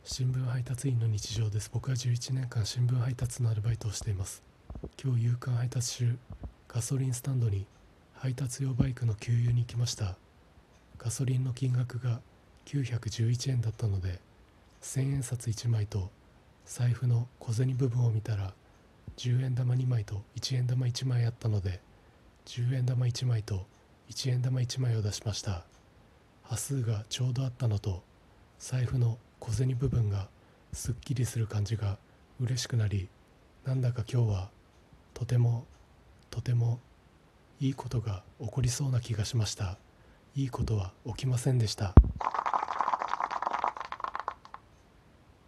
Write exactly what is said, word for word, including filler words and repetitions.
新聞配達員の日常です。僕はじゅういちねんかん新聞配達のアルバイトをしています。今日夕刊配達中、ガソリンスタンドに配達用バイクの給油に行きました。ガソリンの金額がきゅうひゃくじゅういちえんだったので、せんえん札いちまいと財布の小銭部分を見たらじゅうえん玉にまいといちえん玉いちまいあったので、じゅうえん玉いちまいといちえん玉いちまいを出しました。端数がちょうどあったのと、財布の小銭部分がすっきりする感じが嬉しくなり、なんだか今日はとてもとてもいいことが起こりそうな気がしました。いいことは起きませんでした。